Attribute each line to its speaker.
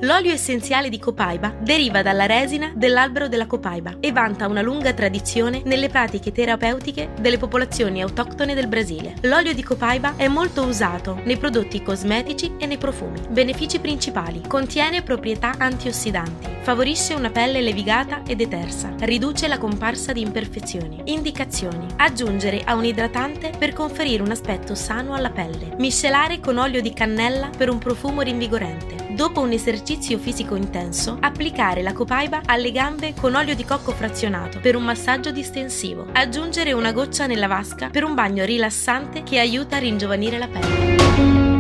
Speaker 1: L'olio essenziale di copaiba deriva dalla resina dell'albero della copaiba e vanta una lunga tradizione nelle pratiche terapeutiche delle popolazioni autoctone del Brasile. L'olio di copaiba è molto usato nei prodotti cosmetici e nei profumi. Benefici principali: contiene proprietà antiossidanti, favorisce una pelle levigata ed etersa, riduce la comparsa di imperfezioni. Indicazioni: aggiungere a un idratante per conferire un aspetto sano alla pelle, miscelare con olio di cannella per un profumo rinvigorente. Dopo un esercizio fisico intenso, applicare la copaiba alle gambe con olio di cocco frazionato per un massaggio distensivo. Aggiungere una goccia nella vasca per un bagno rilassante che aiuta a ringiovanire la pelle.